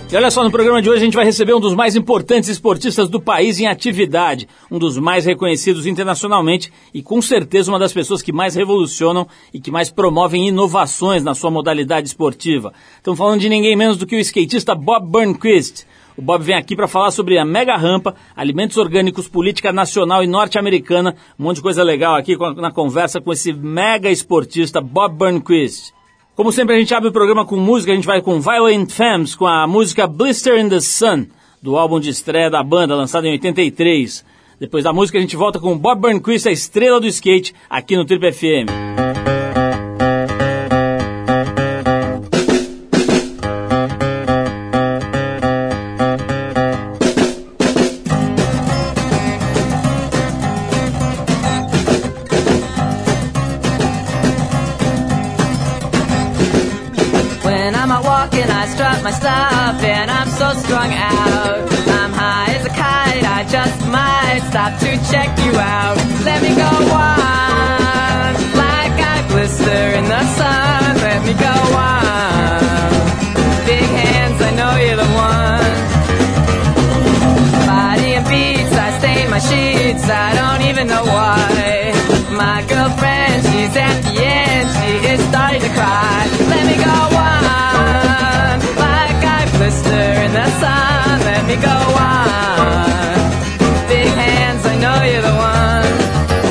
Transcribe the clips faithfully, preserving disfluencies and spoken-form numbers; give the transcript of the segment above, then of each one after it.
E olha só, no programa de hoje a gente vai receber um dos mais importantes esportistas do país em atividade, um dos mais reconhecidos internacionalmente e com certeza uma das pessoas que mais revolucionam e que mais promovem inovações na sua modalidade esportiva. Estamos falando de ninguém menos do que o skatista Bob Burnquist. O Bob vem aqui para falar sobre a mega rampa, alimentos orgânicos, política nacional e norte-americana, um monte de coisa legal aqui na conversa com esse mega esportista Bob Burnquist. Como sempre, a gente abre o programa com música, a gente vai com Violent Femmes, com a música Blister in the Sun, do álbum de estreia da banda, lançado em oitenta e três. Depois da música, a gente volta com Bob Burnquist, a estrela do skate, aqui no Trip F M. My stuff and I'm so strung out. I'm high as a kite, I just might stop to check you out. Let me go on, like I blister in the sun. Let me go on, big hands, I know you're the one. Body and beats, I stain my sheets, I don't even know why. My girlfriend, she's at the end, she is starting to cry. Let me go on, blister in the sun, let me go on. Big hands, I know you're the one.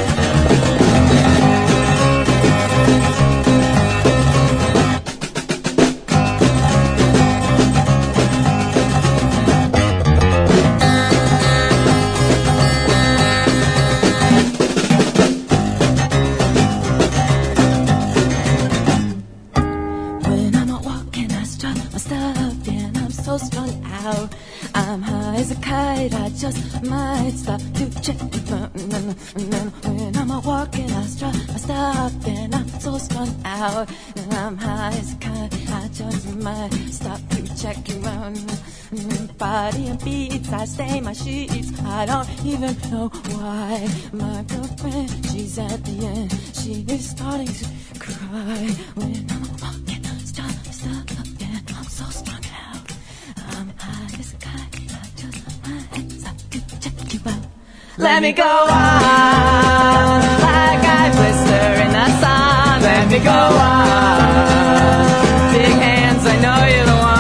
When I'm out walking, I strut my stuff, and I'm so strung out. I'm high as a kite, I just might stop to check it out. When I'm out walking, I strut my stuff, and I'm so strung out. And I'm high as a kite, I just might stop to check you out. Body and beats, I stain my sheets, I don't even know why. My girlfriend, she's at the end, she is starting to cry. When I'm out walking, I strut my stuff, and I'm so strung out. I'm high as a kite, I just might stop to check you out. Let me go on, like I blister in the sun. Let me go on, big hands, I know you're the one.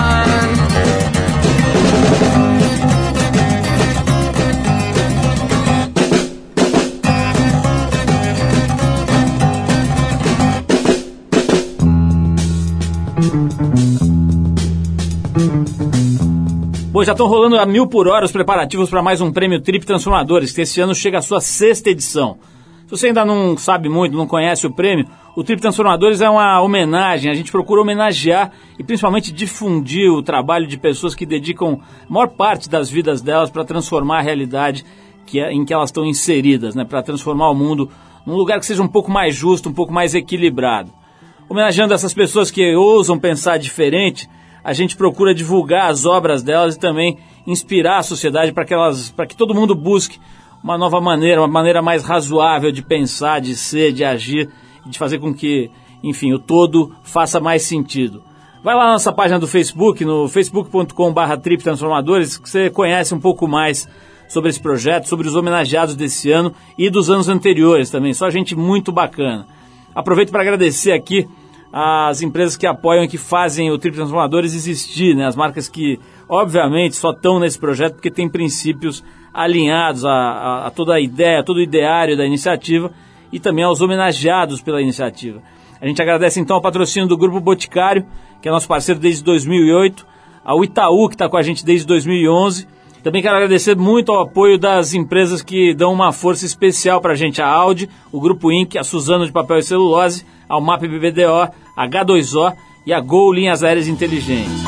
Bom, já estão rolando a mil por hora os preparativos para mais um prêmio Trip Transformadores, que esse ano chega à sua sexta edição. Se você ainda não sabe muito, não conhece o prêmio, o Trip Transformadores é uma homenagem. A gente procura homenagear e principalmente difundir o trabalho de pessoas que dedicam a maior parte das vidas delas para transformar a realidade que é, em que elas estão inseridas, né? Para transformar o mundo num lugar que seja um pouco mais justo, um pouco mais equilibrado. Homenageando essas pessoas que ousam pensar diferente, a gente procura divulgar as obras delas e também inspirar a sociedade para que elas, para que todo mundo busque uma nova maneira, uma maneira mais razoável de pensar, de ser, de agir e de fazer com que, enfim, o todo faça mais sentido. Vai lá na nossa página do Facebook, no facebook ponto com barra trip transformadores, que você conhece um pouco mais sobre esse projeto, sobre os homenageados desse ano e dos anos anteriores também. Só gente muito bacana. Aproveito para agradecer aqui as empresas que apoiam e que fazem o Trip Transformadores existir, né? As marcas que, obviamente, só estão nesse projeto porque tem princípios alinhados a, a, a toda a ideia, a todo o ideário da iniciativa e também aos homenageados pela iniciativa. A gente agradece, então, ao patrocínio do Grupo Boticário, que é nosso parceiro desde dois mil e oito, ao Itaú, que está com a gente desde dois mil e onze. Também quero agradecer muito ao apoio das empresas que dão uma força especial para a gente, a Audi, o Grupo Inc, a Suzano de Papel e Celulose, a UMAP B B D O, a H dois O e a Gol Linhas Aéreas Inteligentes.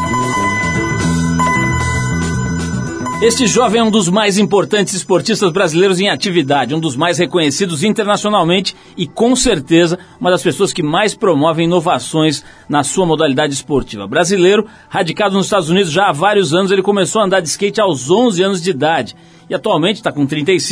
Este jovem é um dos mais importantes esportistas brasileiros em atividade, um dos mais reconhecidos internacionalmente e, com certeza, uma das pessoas que mais promovem inovações na sua modalidade esportiva. Brasileiro, radicado nos Estados Unidos já há vários anos, ele começou a andar de skate aos onze anos de idade e atualmente está com trinta e cinco,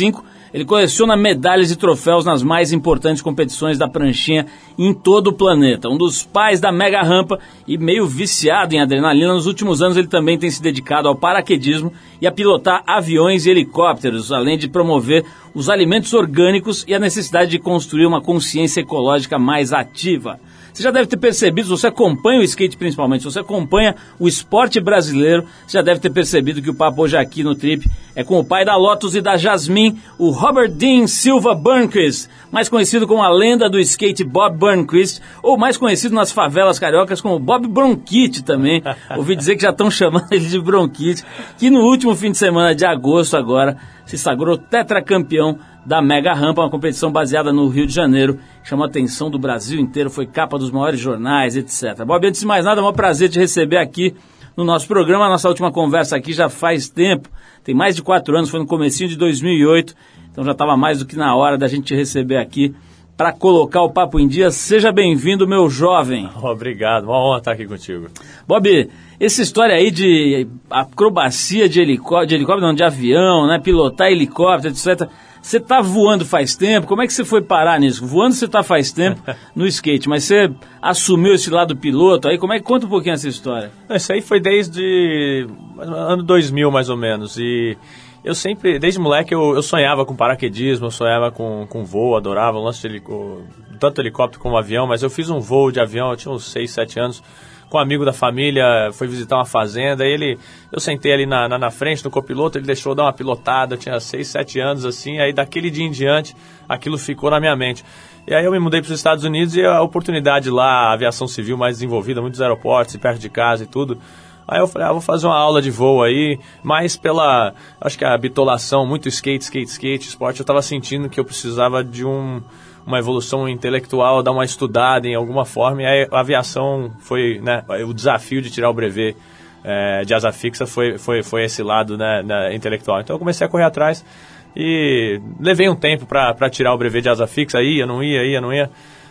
Ele coleciona medalhas e troféus nas mais importantes competições da pranchinha em todo o planeta. Um dos pais da mega rampa e meio viciado em adrenalina, nos últimos anos ele também tem se dedicado ao paraquedismo e a pilotar aviões e helicópteros, além de promover os alimentos orgânicos e a necessidade de construir uma consciência ecológica mais ativa. Você já deve ter percebido, se você acompanha o skate principalmente, se você acompanha o esporte brasileiro, você já deve ter percebido que o papo hoje aqui no Trip é com o pai da Lotus e da Jasmine, o Robert Dean Silva Burnquist, mais conhecido como a lenda do skate Bob Burnquist, ou mais conhecido nas favelas cariocas como Bob Bronquite também. Ouvi dizer que já estão chamando ele de Bronquite, que no último fim de semana de agosto agora se sagrou tetracampeão da Mega Rampa, uma competição baseada no Rio de Janeiro, chamou a atenção do Brasil inteiro, foi capa dos maiores jornais, etcétera. Bob, antes de mais nada, é um prazer te receber aqui no nosso programa. A nossa última conversa aqui já faz tempo, tem mais de quatro anos, foi no comecinho de dois mil e oito, então já estava mais do que na hora da gente te receber aqui para colocar o papo em dia. Seja bem-vindo, meu jovem. Obrigado, uma honra estar aqui contigo. Bob, essa história aí de acrobacia de helicóptero, de helicóptero não, de avião, né, pilotar helicóptero, etcétera, você está voando faz tempo, como é que você foi parar nisso? Voando você está faz tempo no skate, mas você assumiu esse lado piloto, aí como é que conta um pouquinho essa história? Isso aí foi desde ano dois mil mais ou menos, e eu sempre, desde moleque eu, eu sonhava com paraquedismo, eu sonhava com, com voo, adorava o lance de helico, tanto helicóptero como avião, mas eu fiz um voo de avião, eu tinha uns seis, sete anos, com um amigo da família, foi visitar uma fazenda, e ele, eu sentei ali na, na, na frente, no copiloto, ele deixou eu dar uma pilotada, eu tinha seis, sete anos, assim, aí daquele dia em diante, aquilo ficou na minha mente. E aí eu me mudei para os Estados Unidos e a oportunidade lá, a aviação civil mais desenvolvida, muitos aeroportos, perto de casa e tudo. Aí eu falei, ah, vou fazer uma aula de voo aí, mas pela, acho que a bitolação, muito skate, skate, skate, esporte, eu estava sentindo que eu precisava de um... uma evolução intelectual, dar uma estudada em alguma forma, e aí a aviação foi, né, o desafio de tirar o brevet é, de asa fixa foi, foi, foi esse lado, né, né, intelectual. Então eu comecei a correr atrás e levei um tempo para tirar o brevet de asa fixa, ia, não ia, ia, não ia,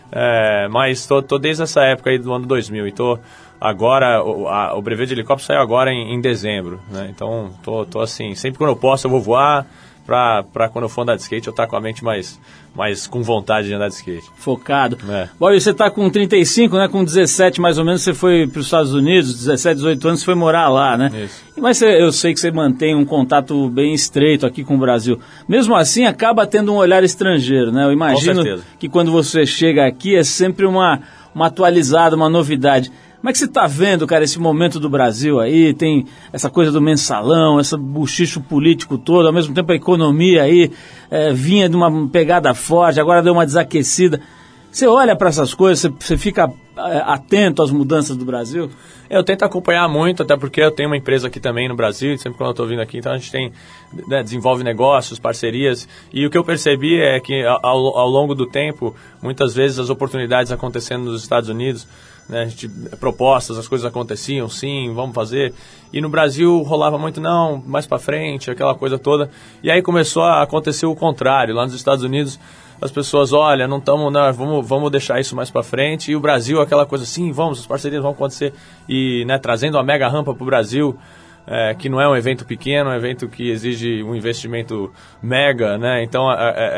é, mas tô, tô desde essa época aí do ano dois mil e tô agora, o, a, o brevet de helicóptero saiu agora em, em dezembro, né, então tô, tô assim, sempre quando eu posso eu vou voar, para quando eu for andar de skate eu estar tá com a mente mais, mais com vontade de andar de skate. Focado. É. Bom, você está com trinta e cinco, né? Com dezessete mais ou menos você foi para os Estados Unidos, dezessete, dezoito anos você foi morar lá, né? Isso. Mas você, eu sei que você mantém um contato bem estreito aqui com o Brasil. Mesmo assim, acaba tendo um olhar estrangeiro, né? Eu imagino que quando você chega aqui é sempre uma, uma atualizada, uma novidade. Como é que você está vendo, cara, esse momento do Brasil aí? Tem essa coisa do mensalão, esse buchicho político todo, ao mesmo tempo a economia aí é, vinha de uma pegada forte, agora deu uma desaquecida. Você olha para essas coisas, você, você fica é, atento às mudanças do Brasil? Eu tento acompanhar muito, até porque eu tenho uma empresa aqui também no Brasil, sempre quando eu estou vindo aqui, então a gente tem, né, desenvolve negócios, parcerias, e o que eu percebi é que ao, ao longo do tempo, muitas vezes as oportunidades acontecendo nos Estados Unidos, né, a gente, propostas, as coisas aconteciam, sim, vamos fazer, e no Brasil rolava muito, não, mais para frente, aquela coisa toda, e aí começou a acontecer o contrário, lá nos Estados Unidos as pessoas, olha, não estamos, não, vamos, vamos deixar isso mais para frente, e o Brasil, aquela coisa assim, vamos, as parcerias vão acontecer, e, né, trazendo a mega rampa para o Brasil, é, que não é um evento pequeno, é um evento que exige um investimento mega, né, então é,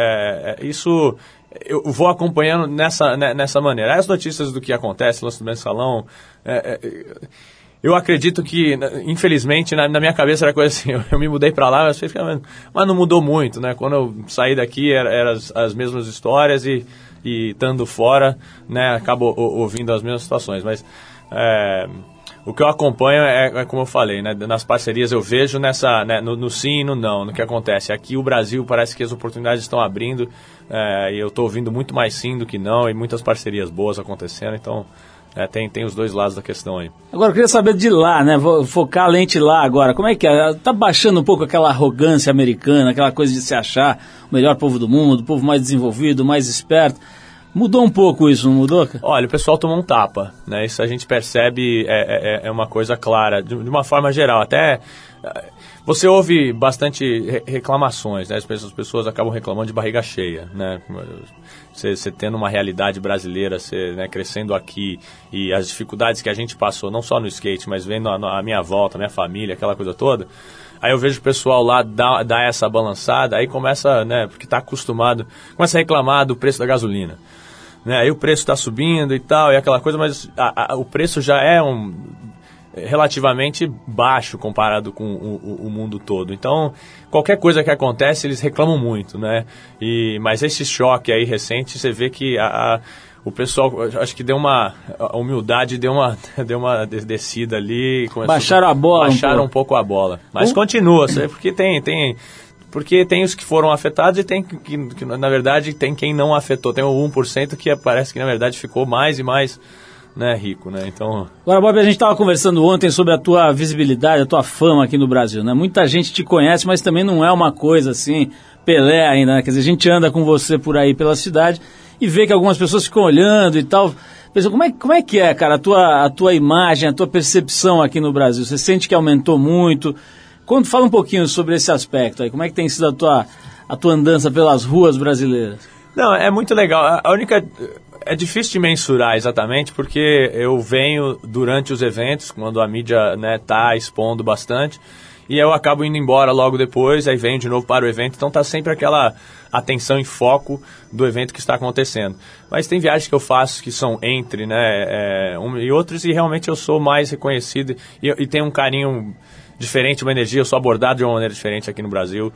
é, é, isso eu vou acompanhando nessa, né, nessa maneira. As notícias do que acontece, lance do mensalão, é, é, eu acredito que, infelizmente, na, na minha cabeça era coisa assim, eu, eu me mudei para lá, mas, mas não mudou muito, né? Quando eu saí daqui, eram era as, as mesmas histórias e, e estando fora, né, acabo o, ouvindo as mesmas situações, mas é, o que eu acompanho é, é como eu falei, né, nas parcerias eu vejo nessa, né, no, no sim e no não, no que acontece. Aqui o Brasil parece que as oportunidades estão abrindo, é, e eu estou ouvindo muito mais sim do que não, e muitas parcerias boas acontecendo, então... É, tem, tem os dois lados da questão aí. Agora, eu queria saber de lá, né? Vou focar a lente lá agora. Como é que é? Tá baixando um pouco aquela arrogância americana, aquela coisa de se achar o melhor povo do mundo, o povo mais desenvolvido, mais esperto. Mudou um pouco isso, não mudou, cara? Olha, o pessoal tomou um tapa, né? Isso a gente percebe, é, é, é uma coisa clara, de, de uma forma geral. Até você ouve bastante reclamações, né? As pessoas, as pessoas acabam reclamando de barriga cheia, né? você tendo uma realidade brasileira, você, né, crescendo aqui, e as dificuldades que a gente passou, não só no skate, mas vendo a, a minha volta, a minha família, aquela coisa toda, aí eu vejo o pessoal lá dar, dar essa balançada, aí começa, né, porque está acostumado, começa a reclamar do preço da gasolina. Né, aí o preço está subindo e tal, e aquela coisa, mas a, a, o preço já é um, relativamente baixo comparado com o, o, o mundo todo. Então, qualquer coisa que acontece, eles reclamam muito, né? E, mas esse choque aí recente, você vê que a, a, o pessoal, acho que deu uma, a humildade deu uma, deu uma descida ali. Baixaram a bola. Baixaram um pouco, um pouco a bola. Mas um... continua, porque tem... tem Porque tem os que foram afetados e tem que, que, na verdade, tem quem não afetou. Tem o um por cento que parece que, na verdade, ficou mais e mais, né, rico, né? Então... Agora, Bob, a gente estava conversando ontem sobre a tua visibilidade, a tua fama aqui no Brasil, né? Muita gente te conhece, mas também não é uma coisa assim, Pelé ainda, né? Quer dizer, a gente anda com você por aí pela cidade e vê que algumas pessoas ficam olhando e tal. Pensa, como é, como é que é, cara, a tua, a tua imagem, a tua percepção aqui no Brasil? Você sente que aumentou muito? Quando fala um pouquinho sobre esse aspecto aí, como é que tem sido a tua, a tua andança pelas ruas brasileiras? Não, é muito legal. A única... É difícil de mensurar exatamente, porque eu venho durante os eventos, quando a mídia, né, tá expondo bastante, e eu acabo indo embora logo depois, aí venho de novo para o evento, então tá sempre aquela atenção e foco do evento que está acontecendo. Mas tem viagens que eu faço que são entre, né, é, um e outros, e realmente eu sou mais reconhecido e, e tenho um carinho diferente, uma energia, eu sou abordado de uma maneira diferente aqui no Brasil.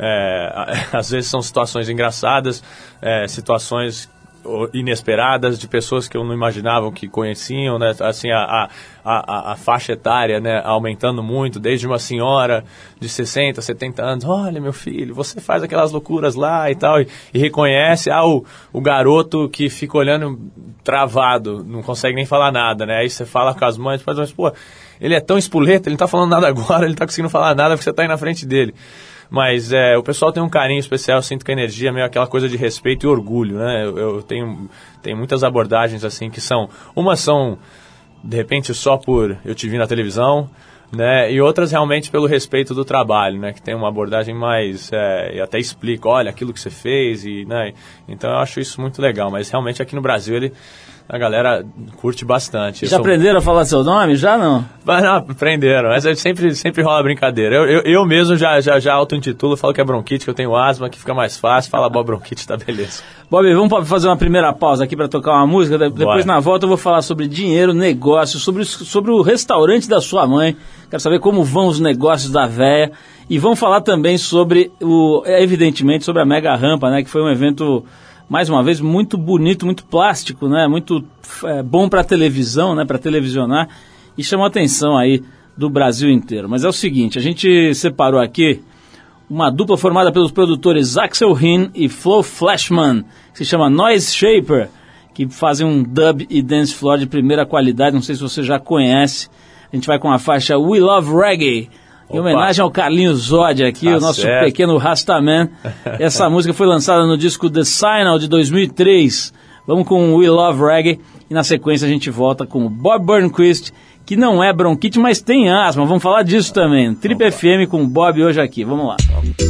É, às vezes são situações engraçadas, é, situações inesperadas de pessoas que eu não imaginava que conheciam, né? Assim, a, a, a, a faixa etária, né, aumentando muito, desde uma senhora de sessenta, setenta anos, olha meu filho, você faz aquelas loucuras lá e tal, e, e reconhece, ah, o, o garoto que fica olhando travado, não consegue nem falar nada, né? Aí você fala com as mães, mas, mas pô, ele é tão espoleta, ele não tá falando nada agora, ele não tá conseguindo falar nada porque você tá aí na frente dele. Mas é, o pessoal tem um carinho especial, eu sinto que a energia é meio aquela coisa de respeito e orgulho, né? Eu, eu tenho, tenho muitas abordagens assim que são... Umas são, de repente, só por eu te vi na televisão, né? E outras realmente pelo respeito do trabalho, né? Que tem uma abordagem mais... É, e até explica, olha, aquilo que você fez, e, né? Então eu acho isso muito legal, mas realmente aqui no Brasil ele... A galera curte bastante. Já sou... aprenderam a falar seu nome? Já não? Mas não, aprenderam. Mas sempre, sempre rola brincadeira. Eu, eu, eu mesmo já, já, já auto-intitulo, falo que é bronquite, que eu tenho asma, que fica mais fácil. Fala, Bob, bronquite, tá beleza. Bob, vamos fazer uma primeira pausa aqui para tocar uma música. Depois, Bora. Na volta, eu vou falar sobre dinheiro, negócio, sobre, sobre o restaurante da sua mãe. Quero saber como vão os negócios da véia. E vamos falar também sobre, o, evidentemente, sobre a Mega Rampa, né? Que foi um evento... mais uma vez, muito bonito, muito plástico, né? Muito é, bom para televisão, né? Para televisionar, e chamou a atenção aí do Brasil inteiro. Mas é o seguinte, a gente separou aqui uma dupla formada pelos produtores Axel Hinn e Flo Flashman, que se chama Noise Shaper, que fazem um dub e dance floor de primeira qualidade, não sei se você já conhece. A gente vai com a faixa We Love Reggae, em homenagem ao Carlinhos Zod aqui, tá o nosso certo. Pequeno Rastaman. Essa música foi lançada no disco The Signal de dois mil e três. Vamos com We Love Reggae e na sequência a gente volta com o Bob Burnquist, que não é bronquite, mas tem asma. Vamos falar disso também. Trip F M com o Bob hoje aqui. Vamos lá.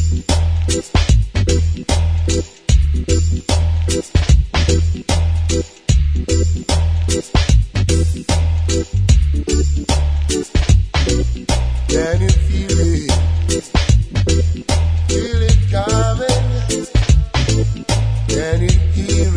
Can you feel it? Feel it coming? Can you hear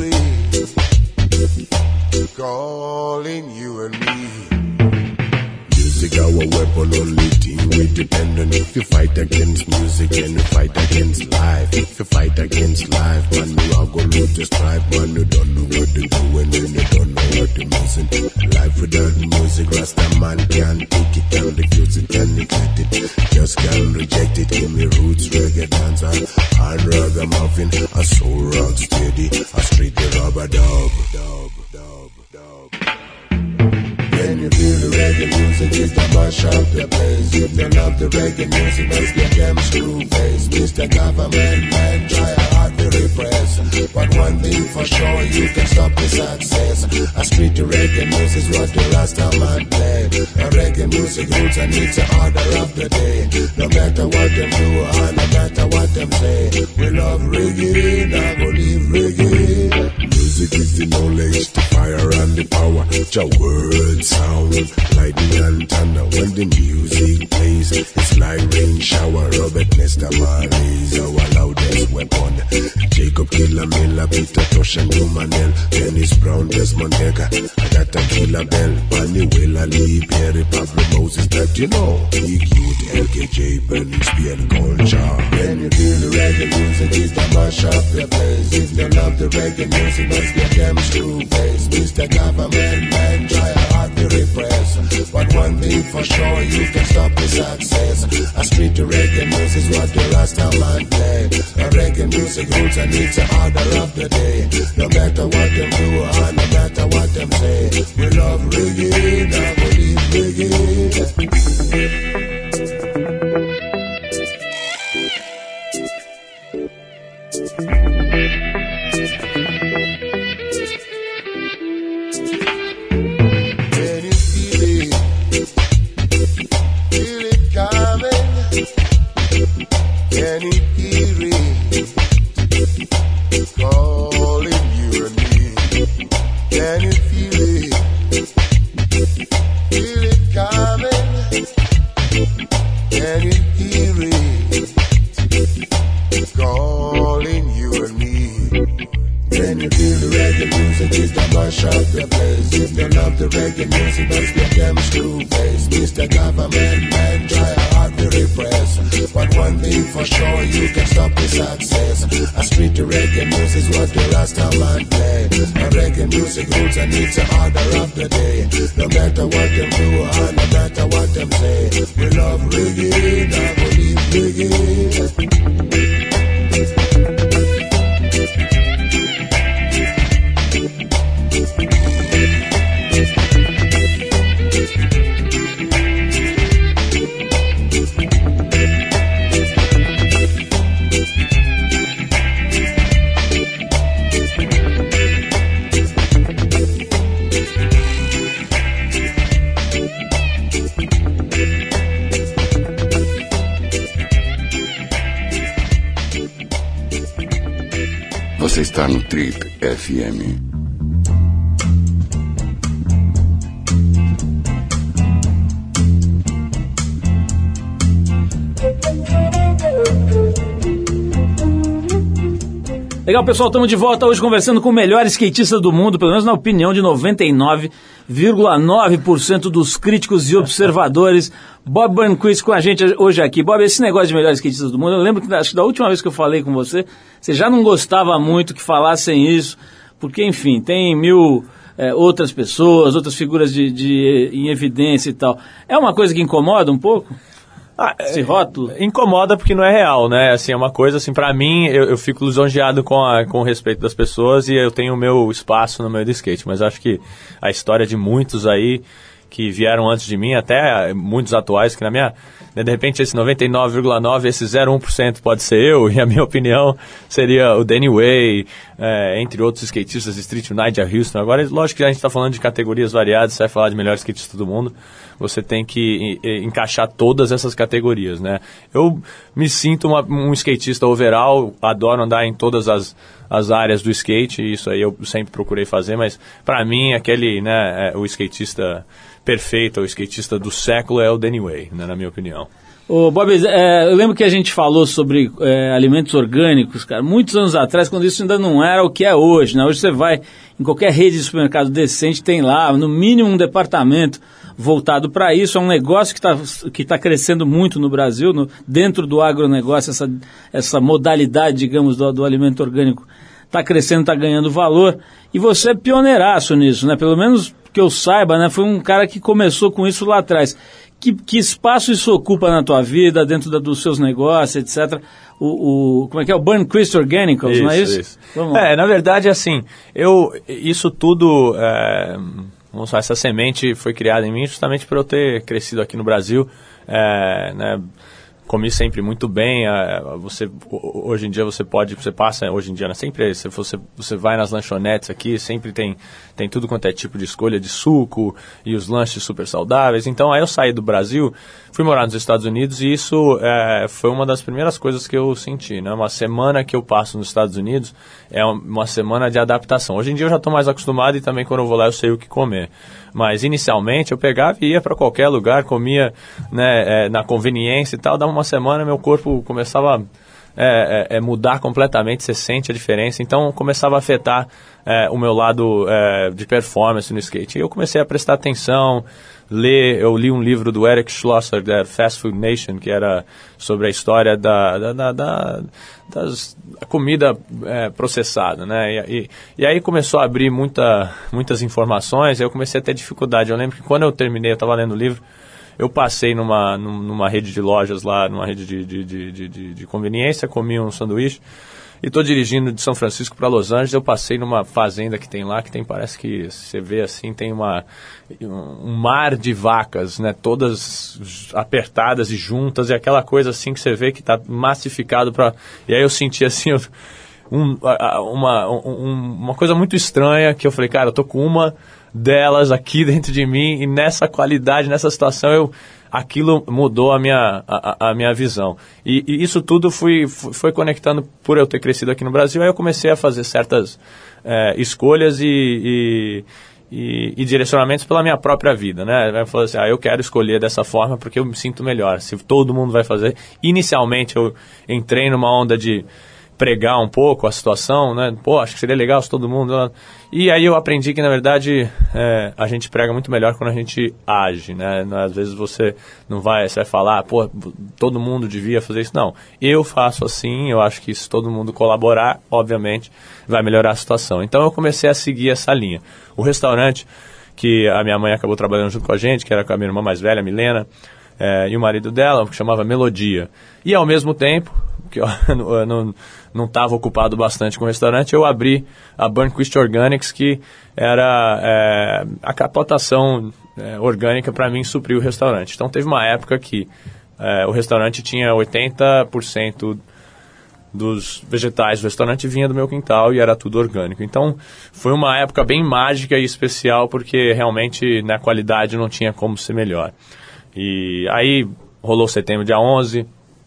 it? Calling you and me. Music our weapon, only thing we depend on. If you fight against music, then you fight against life. If you fight against life, man, you are gonna lose the stripe. Man, you don't know what to do when you don't know what you're missing. Life without music, Rasta man can't take it, can't refuse it, can't neglect it, just can't reject it. Give me roots, reggae dancer, and ragamuffin, a soul rock steady, a street the rubber dub, dub, dub, dub. When you feel the reggae music, it's the mash up the place. If you love the reggae music, let's get them screw face. Mister Government man, try hard to repress, but one thing for sure, you can stop the success. A street to reggae music is what the last time I play. A reggae music roots and it's the order of the day. No matter what them do or no matter what them say, we love reggae, now go leave reggae. music is the knowledge, the fire and the power. Your word sound, lightning and thunder. When the music plays, it's like rain shower. Robert Nesta Marley's our loudest weapon. Jacob Killer Miller, Peter Tosh and Jumanel. Dennis Brown, Desmond Decker, Agatha Killer Bell. Bunny Willa Lee, Perry, Pablo Moses, that you know. Big Youth, L K J, Bernie Spear, Culture. When you feel the reggae music, it's the mash up the place. If you love the reggae music, let's get them screw face. Mister Government man, try hard to repress. But one thing for sure, you can stop the success. A street to reggae music is what the Rasta man play. A reggae music roots and it's the order of the day. No matter what them do or no matter what them say, we love reggae, now we live reggae. And it's the order of the day. No matter what them do or no matter what them say, we love reggae, now we live reggae. Você está no Trip F M. Legal, pessoal, estamos de volta hoje conversando com o melhor skatista do mundo, pelo menos na opinião de noventa e nove vírgula nove por cento dos críticos e observadores. Bob Burnquist com a gente hoje aqui. Bob, esse negócio de melhores skatistas do mundo, eu lembro que acho que da última vez que eu falei com você, você já não gostava muito que falassem isso, porque, enfim, tem mil é, outras pessoas, outras figuras de, de, em evidência e tal. É uma coisa que incomoda um pouco? Ah, esse rótulo? Incomoda porque não é real, né? Assim, é uma coisa, assim, pra mim, eu, eu fico lisonjeado com, a, com o respeito das pessoas e eu tenho o meu espaço no meio do skate, mas acho que a história de muitos aí que vieram antes de mim, até muitos atuais, que na minha, né, de repente esse noventa e nove vírgula nove por cento, esse zero vírgula um por cento pode ser eu, e a minha opinião seria o Danny Way, é, entre outros skatistas de street, o Nigel Houston. Agora, lógico que a gente está falando de categorias variadas, você vai falar de melhores skatistas do mundo, você tem que e, encaixar todas essas categorias, né? Eu me sinto uma, um skatista overall, adoro andar em todas as, as áreas do skate, e isso aí eu sempre procurei fazer, mas para mim aquele, né, é, o skatista perfeito, o skatista do século é o Danny Way, né, na minha opinião. Ô, Bob, é, eu lembro que a gente falou sobre é, alimentos orgânicos, cara, muitos anos atrás, quando isso ainda não era o que é hoje, né? Hoje você vai em qualquer rede de supermercado decente, tem lá, no mínimo, um departamento voltado para isso. É um negócio que está que tá crescendo muito no Brasil, no, dentro do agronegócio, essa, essa modalidade, digamos, do, do alimento orgânico está crescendo, está ganhando valor, e você é pioneiraço nisso, né? Pelo menos que eu saiba, né? Foi um cara que começou com isso lá atrás. Que, que espaço isso ocupa na tua vida, dentro da, dos seus negócios, etcétera. O, o, como é que é? O Burnquist Organicals, isso, não é isso? isso. Vamos lá. É, na verdade, assim, eu, isso tudo, é, vamos falar, essa semente foi criada em mim justamente por eu ter crescido aqui no Brasil, é, né, comi sempre muito bem. Uh, você, hoje em dia você pode, você passa, hoje em dia, né, sempre se você, você vai nas lanchonetes aqui, sempre tem, tem tudo quanto é tipo de escolha de suco e os lanches super saudáveis. Então aí eu saí do Brasil, fui morar nos Estados Unidos e isso é, foi uma das primeiras coisas que eu senti, né? Uma semana que eu passo nos Estados Unidos é uma semana de adaptação. Hoje em dia eu já estou mais acostumado e também quando eu vou lá eu sei o que comer. Mas inicialmente eu pegava e ia para qualquer lugar, comia, né, é, na conveniência e tal, dava uma semana meu corpo começava é, é, é mudar completamente, você sente a diferença, então começava a afetar é, o meu lado é, de performance no skate. E eu comecei a prestar atenção, ler, eu li um livro do Eric Schlosser, da Fast Food Nation, que era sobre a história da, da, da, da, das, da comida é, processada, né? E, e, e aí começou a abrir muita, muitas informações, e eu comecei a ter dificuldade. Eu lembro que quando eu terminei, eu estava lendo o livro, eu passei numa, numa rede de lojas lá, numa rede de, de, de, de, de, de conveniência, comi um sanduíche, e estou dirigindo de São Francisco para Los Angeles. Eu passei numa fazenda que tem lá, que tem, parece que você vê assim, tem uma, um mar de vacas, né, todas apertadas e juntas, e aquela coisa assim que você vê que está massificado para... E aí eu senti assim, um, uma, um, uma coisa muito estranha, que eu falei, cara, eu tô com uma delas aqui dentro de mim, e nessa qualidade, nessa situação, eu... aquilo mudou a minha, a, a minha visão. E, e isso tudo fui, foi conectando por eu ter crescido aqui no Brasil. Aí eu comecei a fazer certas é, escolhas e, e, e, e direcionamentos pela minha própria vida, né? Eu falei assim, ah, eu quero escolher dessa forma porque eu me sinto melhor. Se todo mundo vai fazer... Inicialmente eu entrei numa onda de pregar um pouco a situação, né? Pô, acho que seria legal se todo mundo... E aí eu aprendi que, na verdade, é, a gente prega muito melhor quando a gente age, né? Às vezes você não vai, você vai falar, pô, todo mundo devia fazer isso. Não, eu faço assim, eu acho que se todo mundo colaborar, obviamente, vai melhorar a situação. Então eu comecei a seguir essa linha. O restaurante que a minha mãe acabou trabalhando junto com a gente, que era com a minha irmã mais velha, a Milena, é, e o marido dela, que chamava Melodia. E ao mesmo tempo... que eu não estava ocupado bastante com o restaurante, eu abri a Burnquist Organics, que era é, a captação é, orgânica para mim suprir o restaurante. Então teve uma época que é, o restaurante tinha oitenta por cento dos vegetais do restaurante vinha do meu quintal e era tudo orgânico. Então foi uma época bem mágica e especial, porque realmente na qualidade não tinha como ser melhor. E aí rolou setembro dia onze,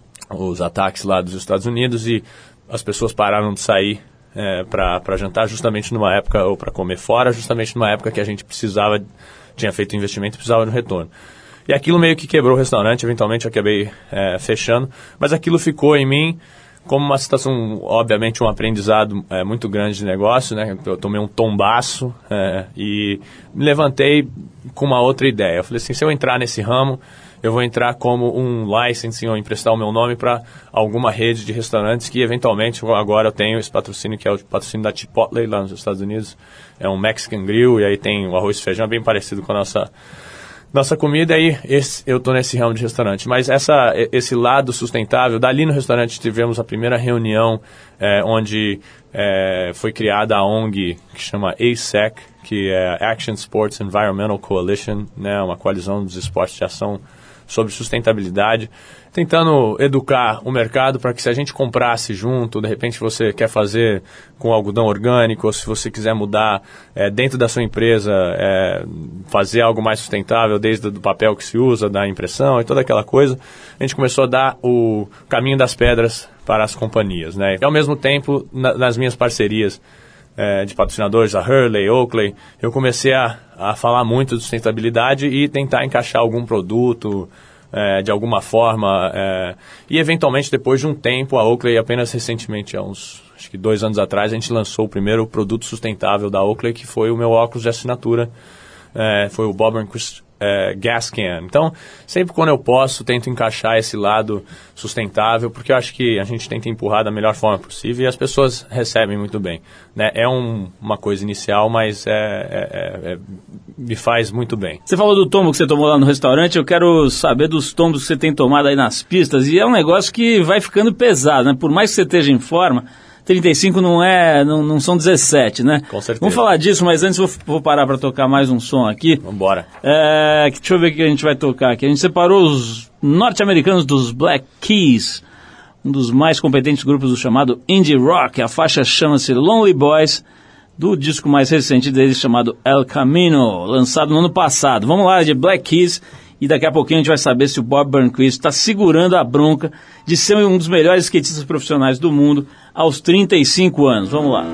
os ataques lá dos Estados Unidos, e as pessoas pararam de sair é, para jantar justamente numa época, ou para comer fora, justamente numa época que a gente precisava, tinha feito investimento e precisava de um retorno. E aquilo meio que quebrou o restaurante, eventualmente eu acabei é, fechando, mas aquilo ficou em mim como uma situação, obviamente um aprendizado é, muito grande de negócio, né? Eu tomei um tombaço é, e me levantei com uma outra ideia. Eu falei assim, se eu entrar nesse ramo, eu vou entrar como um licensing, ou emprestar o meu nome para alguma rede de restaurantes que, eventualmente, agora eu tenho esse patrocínio, que é o patrocínio da Chipotle, lá nos Estados Unidos. É um Mexican Grill, e aí tem o arroz e feijão bem parecido com a nossa, nossa comida, e esse, eu estou nesse ramo de restaurante. Mas essa, esse lado sustentável, dali no restaurante tivemos a primeira reunião, é, onde é, foi criada a O N G, que chama A S E C, que é Action Sports Environmental Coalition, né, uma coalizão dos esportes de ação sobre sustentabilidade, tentando educar o mercado para que, se a gente comprasse junto, de repente você quer fazer com algodão orgânico, ou se você quiser mudar é, dentro da sua empresa, é, fazer algo mais sustentável, desde o papel que se usa, da impressão e toda aquela coisa, a gente começou a dar o caminho das pedras para as companhias, né? E ao mesmo tempo, na, nas minhas parcerias é, de patrocinadores, a Hurley, Oakley, eu comecei a, a falar muito de sustentabilidade e tentar encaixar algum produto é, de alguma forma. É, e eventualmente, depois de um tempo, a Oakley, apenas recentemente, há uns acho que dois anos atrás, a gente lançou o primeiro produto sustentável da Oakley, que foi o meu óculos de assinatura, é, foi o Bob Burnquist É, gas can. Então, sempre quando eu posso, tento encaixar esse lado sustentável, porque eu acho que a gente tenta empurrar da melhor forma possível e as pessoas recebem muito bem, né? É um, uma coisa inicial, mas é, é, é, me faz muito bem. Você falou do tombo que você tomou lá no restaurante, eu quero saber dos tombos que você tem tomado aí nas pistas, e é um negócio que vai ficando pesado, né? Por mais que você esteja em forma, trinta e cinco não, é, não, não são dezessete, né? Com certeza. Vamos falar disso, mas antes vou, vou parar para tocar mais um som aqui. Vambora. É, deixa eu ver o que a gente vai tocar aqui. A gente separou os norte-americanos dos Black Keys, um dos mais competentes grupos do chamado indie rock. A faixa chama-se Lonely Boys, do disco mais recente deles chamado El Camino, lançado no ano passado. Vamos lá, de Black Keys. E daqui a pouquinho a gente vai saber se o Bob Burnquist está segurando a bronca de ser um dos melhores skatistas profissionais do mundo aos trinta e cinco anos. Vamos lá.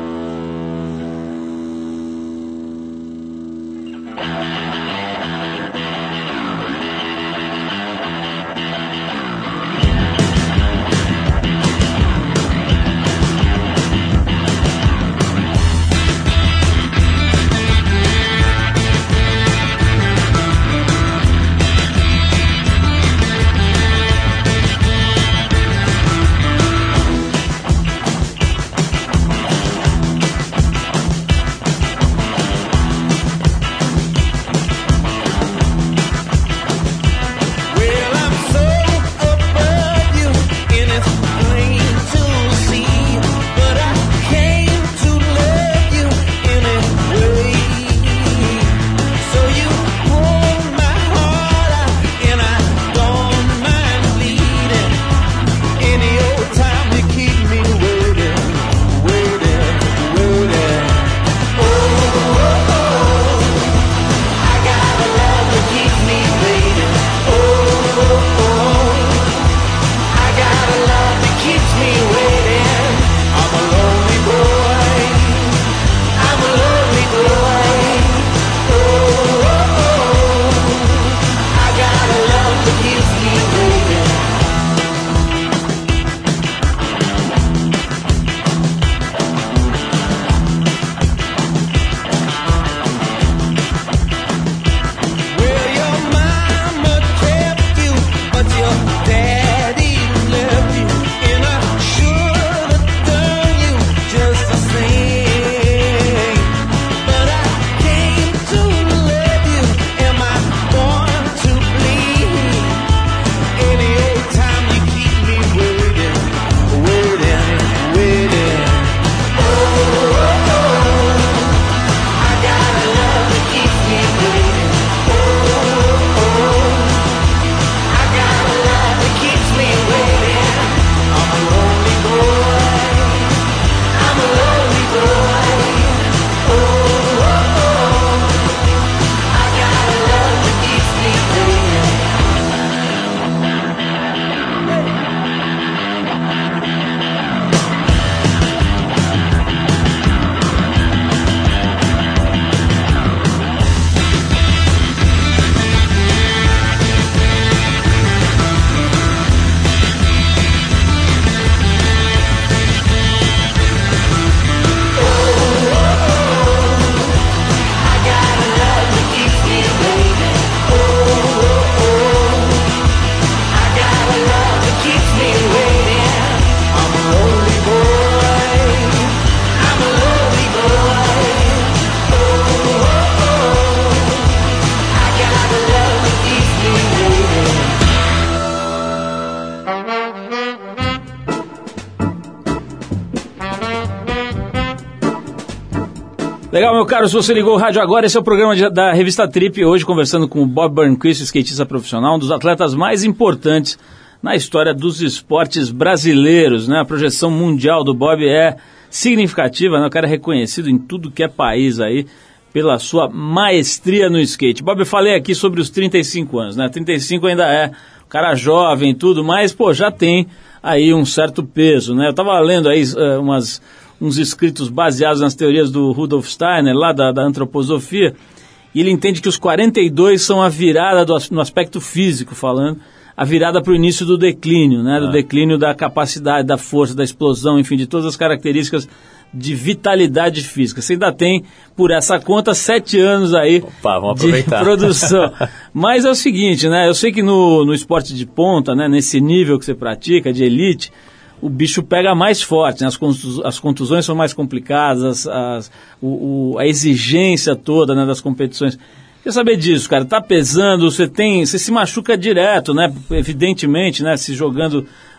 Legal, meu caro, se você ligou o rádio agora, esse é o programa de, da revista Trip, hoje conversando com o Bob Burnquist, skatista profissional, um dos atletas mais importantes na história dos esportes brasileiros, né? A projeção mundial do Bob é significativa, né? O cara é reconhecido em tudo que é país aí pela sua maestria no skate. Bob, eu falei aqui sobre os trinta e cinco anos, né? trinta e cinco ainda é um cara jovem e tudo, mas, pô, já tem aí um certo peso, né? Eu tava lendo aí uh, umas... uns escritos baseados nas teorias do Rudolf Steiner, lá da, da antroposofia, e ele entende que os quarenta e dois são a virada do, no aspecto físico falando, a virada para o início do declínio, né, do ah. declínio da capacidade, da força, da explosão, enfim, de todas as características de vitalidade física. Você ainda tem, por essa conta, sete anos aí Opa, vamos de aproveitar. produção. Mas é o seguinte, né, eu sei que no, no esporte de ponta, né, nesse nível que você pratica, de elite, o bicho pega mais forte, né? as, contus, as contusões são mais complicadas, as, as, o, o, a exigência toda, né, das competições. Quer saber disso, cara? Tá pesando, você tem, você se machuca direto, né? Evidentemente, né? Se jogando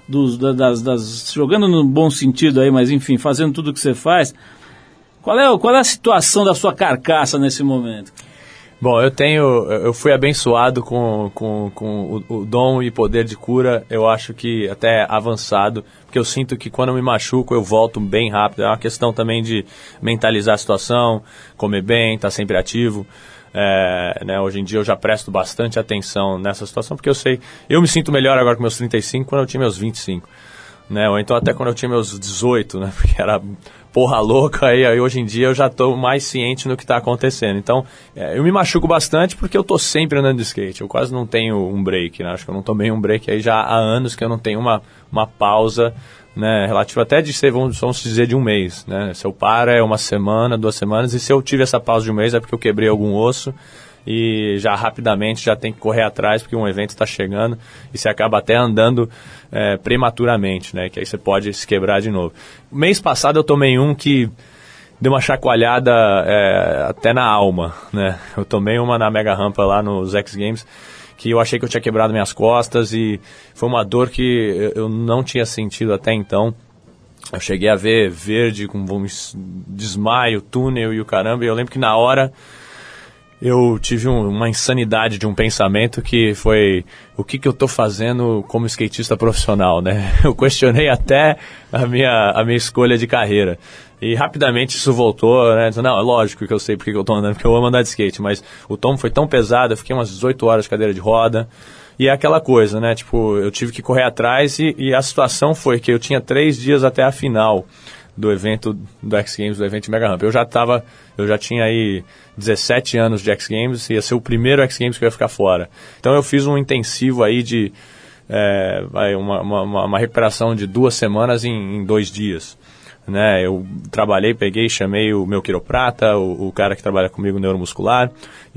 dos, das, das, jogando no bom sentido aí, mas enfim, fazendo tudo o que você faz, qual é, qual é a situação da sua carcaça nesse momento? Bom, eu tenho, eu fui abençoado com, com, com o, o dom e poder de cura, eu acho que até avançado, porque eu sinto que quando eu me machuco eu volto bem rápido. É uma questão também de mentalizar a situação, comer bem, estar sempre ativo. É, né, hoje em dia eu já presto bastante atenção nessa situação, porque eu sei, eu me sinto melhor agora com meus trinta e cinco quando eu tinha meus vinte e cinco. Né, ou então até quando eu tinha meus dezoito, né, porque era porra louca, e aí hoje em dia eu já estou mais ciente no que está acontecendo. Então, é, eu me machuco bastante porque eu estou sempre andando de skate, eu quase não tenho um break, né, acho que eu não tomei um break aí já há anos que eu não tenho uma, uma pausa, né, relativa até de ser, vamos, vamos dizer, de um mês, né, se eu paro é uma semana, duas semanas, e se eu tive essa pausa de um mês é porque eu quebrei algum osso, e já rapidamente já tem que correr atrás porque um evento está chegando e você acaba até andando é, prematuramente, né? Que aí você pode se quebrar de novo. Mês passado eu tomei um que deu uma chacoalhada é, até na alma, né? Eu tomei uma na mega rampa lá nos X Games que eu achei que eu tinha quebrado minhas costas e foi uma dor que eu não tinha sentido até então. Eu cheguei a ver verde com um desmaio, túnel e o caramba, e eu lembro que na hora eu tive um, uma insanidade de um pensamento que foi o que, que eu estou fazendo como skatista profissional, né? Eu questionei até a minha, a minha escolha de carreira. E rapidamente isso voltou, né? Não, é lógico que eu sei porque que eu estou andando, porque eu amo andar de skate, mas o tom foi tão pesado, eu fiquei umas dezoito horas de cadeira de roda. E é aquela coisa, né? Tipo, eu tive que correr atrás e, e a situação foi que eu tinha três dias até a final do evento do X Games, do evento de Mega Ramp. Eu já tava, eu já tinha aí dezessete anos de X Games, ia ser o primeiro X Games que eu ia ficar fora. Então eu fiz um intensivo aí de é, uma, uma, uma recuperação de duas semanas em, em dois dias. Né? Eu trabalhei, peguei, chamei o meu quiroprata, o, o cara que trabalha comigo neuromuscular,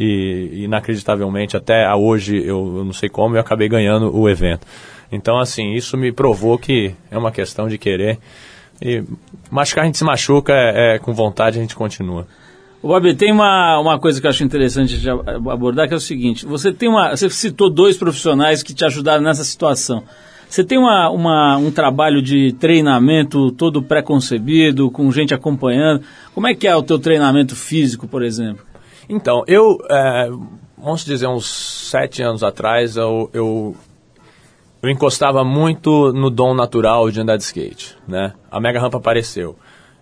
e inacreditavelmente até a hoje, eu, eu não sei como, eu acabei ganhando o evento. Então assim, isso me provou que é uma questão de querer. E machucar a gente se machuca, é, é, com vontade a gente continua. O Bob, tem uma, uma coisa que eu acho interessante de abordar, que é o seguinte, você tem uma, você citou dois profissionais que te ajudaram nessa situação. Você tem uma, uma, um trabalho de treinamento todo pré-concebido, com gente acompanhando. Como é que é o teu treinamento físico, por exemplo? Então, eu, é, vamos dizer, uns sete anos atrás, eu... eu Eu encostava muito no dom natural de andar de skate, né? A mega rampa apareceu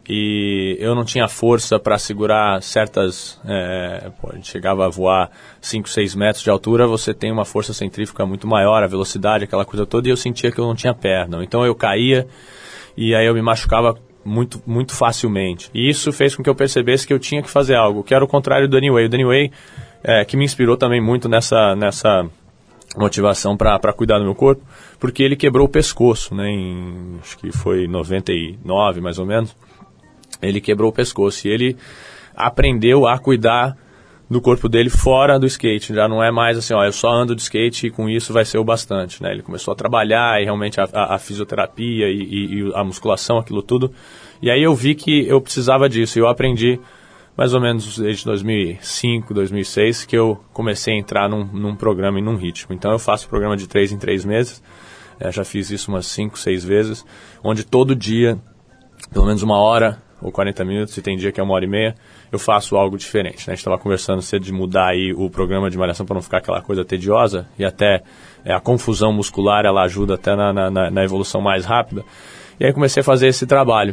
e eu não tinha força para segurar certas... É, pô, a gente chegava a voar cinco, seis metros de altura, você tem uma força centrífuga muito maior, a velocidade, aquela coisa toda, e eu sentia que eu não tinha perna. Então eu caía e aí eu me machucava muito, muito facilmente. E isso fez com que eu percebesse que eu tinha que fazer algo, que era o contrário do Danny Way. O Danny Way, é, que me inspirou também muito nessa... nessa motivação para cuidar do meu corpo, porque ele quebrou o pescoço, né, em, acho que foi em noventa e nove, mais ou menos, ele quebrou o pescoço e ele aprendeu a cuidar do corpo dele fora do skate, já não é mais assim, ó, eu só ando de skate e com isso vai ser o bastante, né, ele começou a trabalhar e realmente a, a, a fisioterapia e, e, e a musculação, aquilo tudo, e aí eu vi que eu precisava disso, e eu aprendi mais ou menos desde dois mil e cinco, dois mil e seis, que eu comecei a entrar num, num programa e num ritmo. Então eu faço programa de três em três meses, é, já fiz isso umas cinco, seis vezes, onde todo dia, pelo menos uma hora ou quarenta minutos, se tem dia que é uma hora e meia, eu faço algo diferente. Né? A gente estava conversando cedo de mudar aí o programa de malhação para não ficar aquela coisa tediosa, e até é, a confusão muscular, ela ajuda até na, na, na evolução mais rápida. E aí comecei a fazer esse trabalho.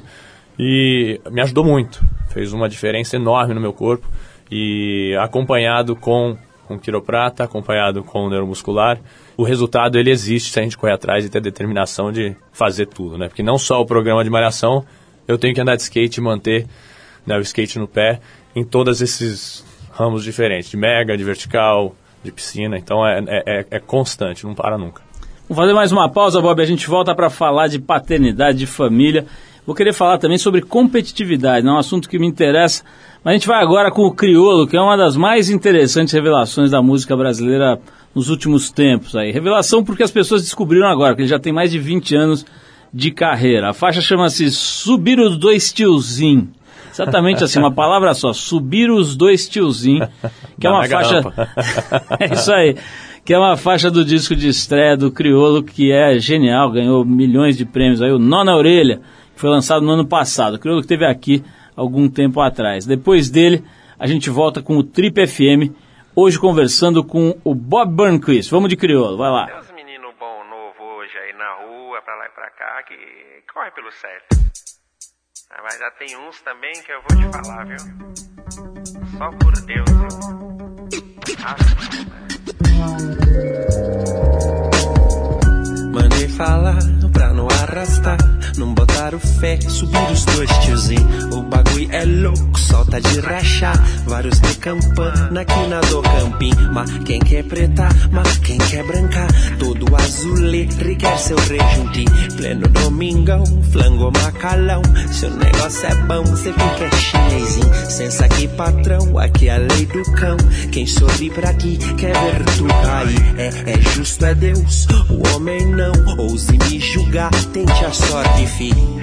E me ajudou muito, fez uma diferença enorme no meu corpo, e acompanhado com um quiroprata, acompanhado com o neuromuscular, o resultado ele existe se a gente correr atrás e ter determinação de fazer tudo, né? Porque não só o programa de malhação, eu tenho que andar de skate e manter, né, o skate no pé em todos esses ramos diferentes, de mega, de vertical, de piscina, então é, é, é constante, não para nunca. Vamos fazer mais uma pausa, Bob, a gente volta para falar de paternidade, de família. Vou querer falar também sobre competitividade, não é um assunto que me interessa, mas a gente vai agora com o Criolo, que é uma das mais interessantes revelações da música brasileira nos últimos tempos. Aí. Revelação porque as pessoas descobriram agora, que ele já tem mais de vinte anos de carreira. A faixa chama-se Subir os Dois Tiozinho. Exatamente assim, uma palavra só, Subir os Dois Tiozinho, que é uma faixa... é isso aí. que é uma faixa do disco de estreia do Criolo, que é genial, ganhou milhões de prêmios. Aí o Nó na Orelha, que foi lançado no ano passado. O Criolo que esteve aqui algum tempo atrás. Depois dele, a gente volta com o Trip F M, hoje conversando com o Bob Burnquist. Vamos de Criolo, vai lá. Tem uns meninos bom novo hoje aí na rua, pra lá e pra cá, que corre pelo certo. Ah, mas já tem uns também que eu vou te falar, viu? Só por Deus, viu? Ah, mandei falar pra não arrastar, não botar o fé, subir os dois tiozinho. O bagulho é louco, solta de rachar, vários de campana aqui na do campim. Mas quem quer preta, mas quem quer branca, todo azuletre quer seu rejuntinho. Pleno domingão, flango macalão, seu negócio é bom, cê fica chinesinho. Sensa aqui patrão, aqui é a lei do cão, quem sorri pra ti quer ver tu cair. É, é justo, é Deus, o homem não ouse me julgar, tente a sorte, filho.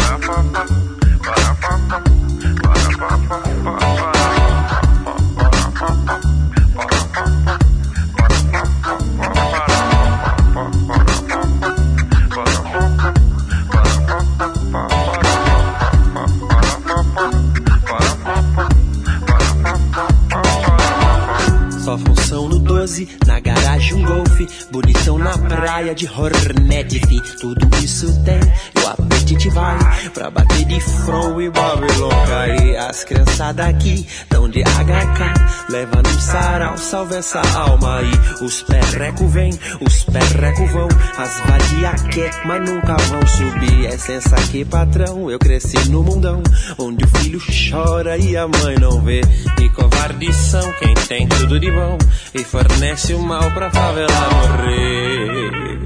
Só função no doze, na garagem um golfe, bonitão na praia de Hornet, fi. Tudo isso tem, o apetite vai pra bater de front e Babylon cai. As criançadas aqui tão de H K, leva no sarau, salve essa alma aí. Os perreco vem, os perreco vão, as vadia quer, mas nunca vão subir. É sensa aqui, patrão, eu cresci no mundão, onde o filho chora e a mãe não vê. E covardes são quem tem tudo de bom e fornece o mal pra favela morrer.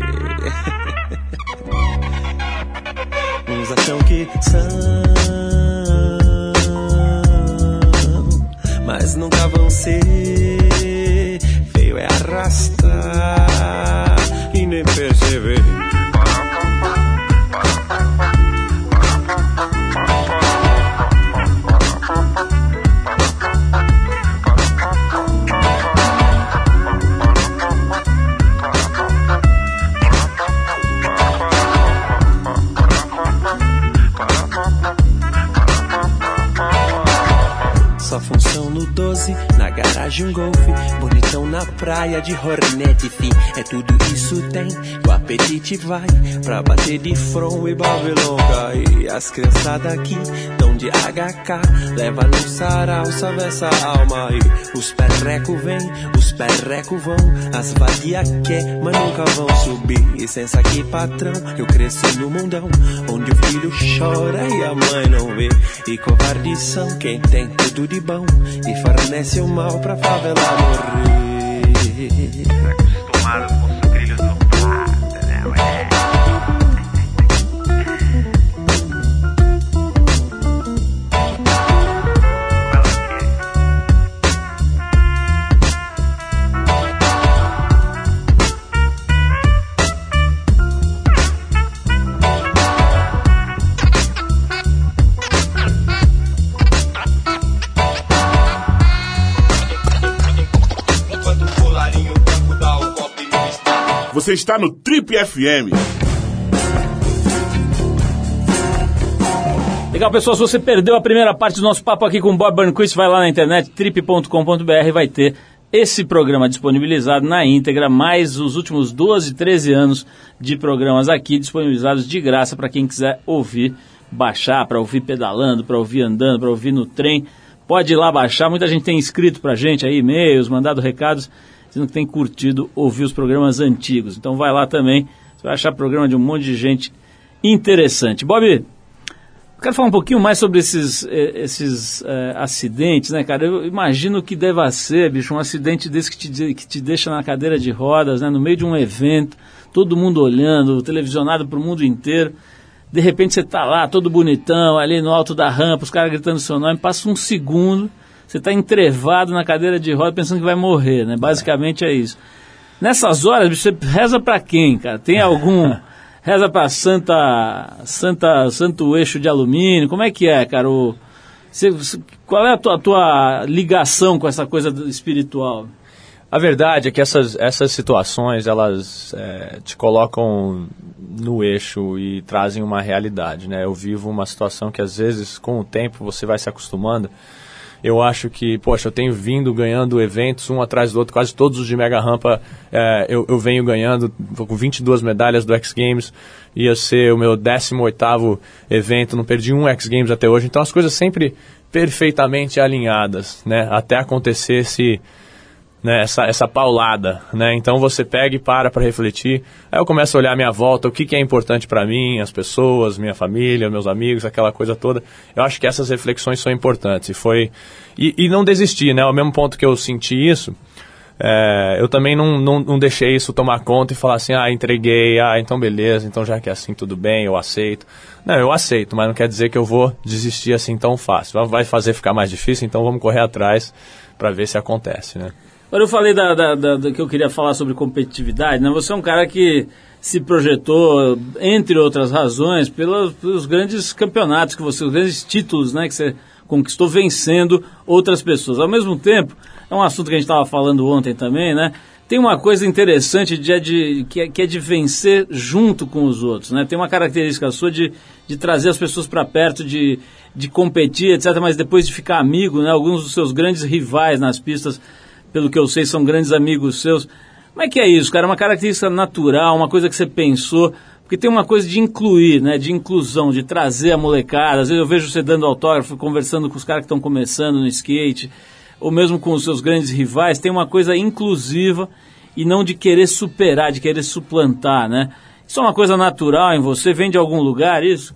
Uns acham que são, mas nunca vão ser. Feio é arrastar e nem perceber. Só função no doze, na garagem um golfe, bonitão na praia de Hornet, fi. É tudo isso tem, o apetite vai pra bater de front e Babylon cai. As criançadas aqui tão de H K, leva no sarau, salve essa alma aí. Os perreco vem, os perreco vão, as vadia quer, mas nunca vão subir. E sensa aqui, patrão, eu cresci no mundão, onde o filho chora e a mãe não vê. E covardes são quem tem tudo de bom e fornece o mal pra favela morrer. Acostumado com os trilhos no prato, né, ué? Você está no Trip F M. Legal, pessoal, se você perdeu a primeira parte do nosso papo aqui com o Bob Burnquist, vai lá na internet, trip ponto com ponto b r, vai ter esse programa disponibilizado na íntegra, mais os últimos doze, treze anos de programas aqui disponibilizados de graça para quem quiser ouvir, baixar, para ouvir pedalando, para ouvir andando, para ouvir no trem. Pode ir lá baixar, muita gente tem escrito pra gente aí, e-mails, mandado recados, dizendo que tem curtido ouvir os programas antigos. Então vai lá também, você vai achar programa de um monte de gente interessante. Bob, eu quero falar um pouquinho mais sobre esses, esses é, acidentes, né, cara? Eu imagino que deva ser, bicho, um acidente desse que te, que te deixa na cadeira de rodas, né, no meio de um evento, todo mundo olhando, televisionado pro mundo inteiro. De repente você tá lá, todo bonitão, ali no alto da rampa, os caras gritando seu nome, passa um segundo, você tá entrevado na cadeira de roda pensando que vai morrer, né? Basicamente é isso. Nessas horas, bicho, você reza pra quem, cara? Tem algum... Reza pra Santa, Santa, Santo Eixo de Alumínio? Como é que é, cara? O, você, qual é a tua, a tua ligação com essa coisa espiritual? A verdade é que essas, essas situações, elas é, te colocam no eixo e trazem uma realidade, né? Eu vivo uma situação que às vezes, com o tempo, você vai se acostumando. Eu acho que, poxa, eu tenho vindo ganhando eventos um atrás do outro, quase todos os de Mega Rampa é, eu, eu venho ganhando, com vinte e duas medalhas do X Games, ia ser o meu décimo oitavo evento, não perdi um X Games até hoje, então as coisas sempre perfeitamente alinhadas, né? Até acontecer esse... Né, essa, essa paulada, né? Então você pega e para para refletir. Aí eu começo a olhar a minha volta, o que, que é importante para mim, as pessoas, minha família, meus amigos, aquela coisa toda. Eu acho que essas reflexões são importantes. E, foi, e, e não desistir, né? Ao mesmo ponto que eu senti isso, é, eu também não, não, não deixei isso tomar conta e falar assim, ah, entreguei, ah, então beleza, então já que é assim tudo bem, eu aceito. Não, eu aceito, mas não quer dizer que eu vou desistir assim tão fácil. Vai fazer ficar mais difícil, então vamos correr atrás para ver se acontece, né? Agora eu falei da, da, da, da que eu queria falar sobre competitividade, né? Você é um cara que se projetou, entre outras razões, pelos, pelos grandes campeonatos, que você, os grandes títulos, né, que você conquistou vencendo outras pessoas. Ao mesmo tempo, é um assunto que a gente estava falando ontem também, né? Tem uma coisa interessante de, de, que, é, que é de vencer junto com os outros, né? Tem uma característica sua de, de trazer as pessoas para perto, de, de competir, etcétera, mas depois de ficar amigo, né? Alguns dos seus grandes rivais nas pistas, pelo que eu sei, são grandes amigos seus. Como é que é isso, cara? É uma característica natural, uma coisa que você pensou, porque tem uma coisa de incluir, né? De inclusão, de trazer a molecada. Às vezes eu vejo você dando autógrafo, conversando com os caras que estão começando no skate, ou mesmo com os seus grandes rivais. Tem uma coisa inclusiva e não de querer superar, de querer suplantar, né? Isso é uma coisa natural em você? Vem de algum lugar isso?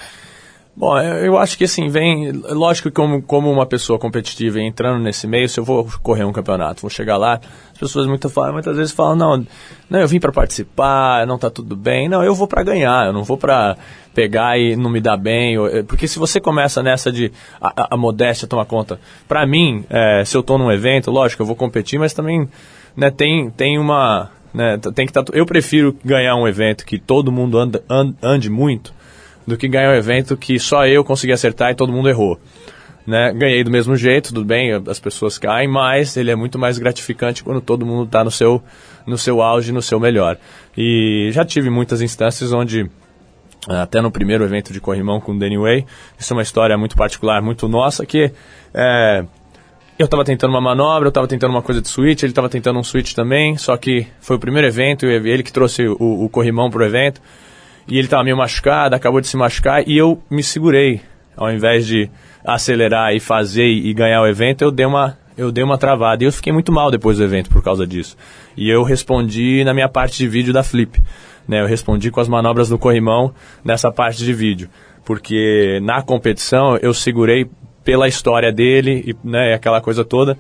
Bom, eu acho que assim, vem, lógico que como, como uma pessoa competitiva entrando nesse meio, se eu vou correr um campeonato, vou chegar lá, as pessoas muito falam, muitas vezes falam, não, não eu vim para participar, não tá tudo bem, não, eu vou para ganhar, eu não vou para pegar e não me dar bem, eu, porque se você começa nessa de a, a modéstia tomar conta, para mim, é, se eu tô num evento, lógico, eu vou competir, mas também, né, tem, tem uma, né, tem que tá, eu prefiro ganhar um evento que todo mundo anda, and, ande muito, do que ganhar um evento que só eu consegui acertar e todo mundo errou. Né? Ganhei do mesmo jeito, tudo bem, as pessoas caem, mas ele é muito mais gratificante quando todo mundo está no seu, no seu auge, no seu melhor. E já tive muitas instâncias onde, até no primeiro evento de corrimão com o Danny Way, isso é uma história muito particular, muito nossa, que é, eu estava tentando uma manobra, eu estava tentando uma coisa de switch, ele estava tentando um switch também, só que foi o primeiro evento, ele que trouxe o, o corrimão para o evento, e ele estava meio machucado, acabou de se machucar, e eu me segurei. Ao invés de acelerar e fazer e ganhar o evento, eu dei uma, eu dei uma travada. E eu fiquei muito mal depois do evento por causa disso. E eu respondi na minha parte de vídeo da Flip. Né? Eu respondi com as manobras do corrimão nessa parte de vídeo. Porque na competição eu segurei pela história dele, e, né, aquela coisa toda.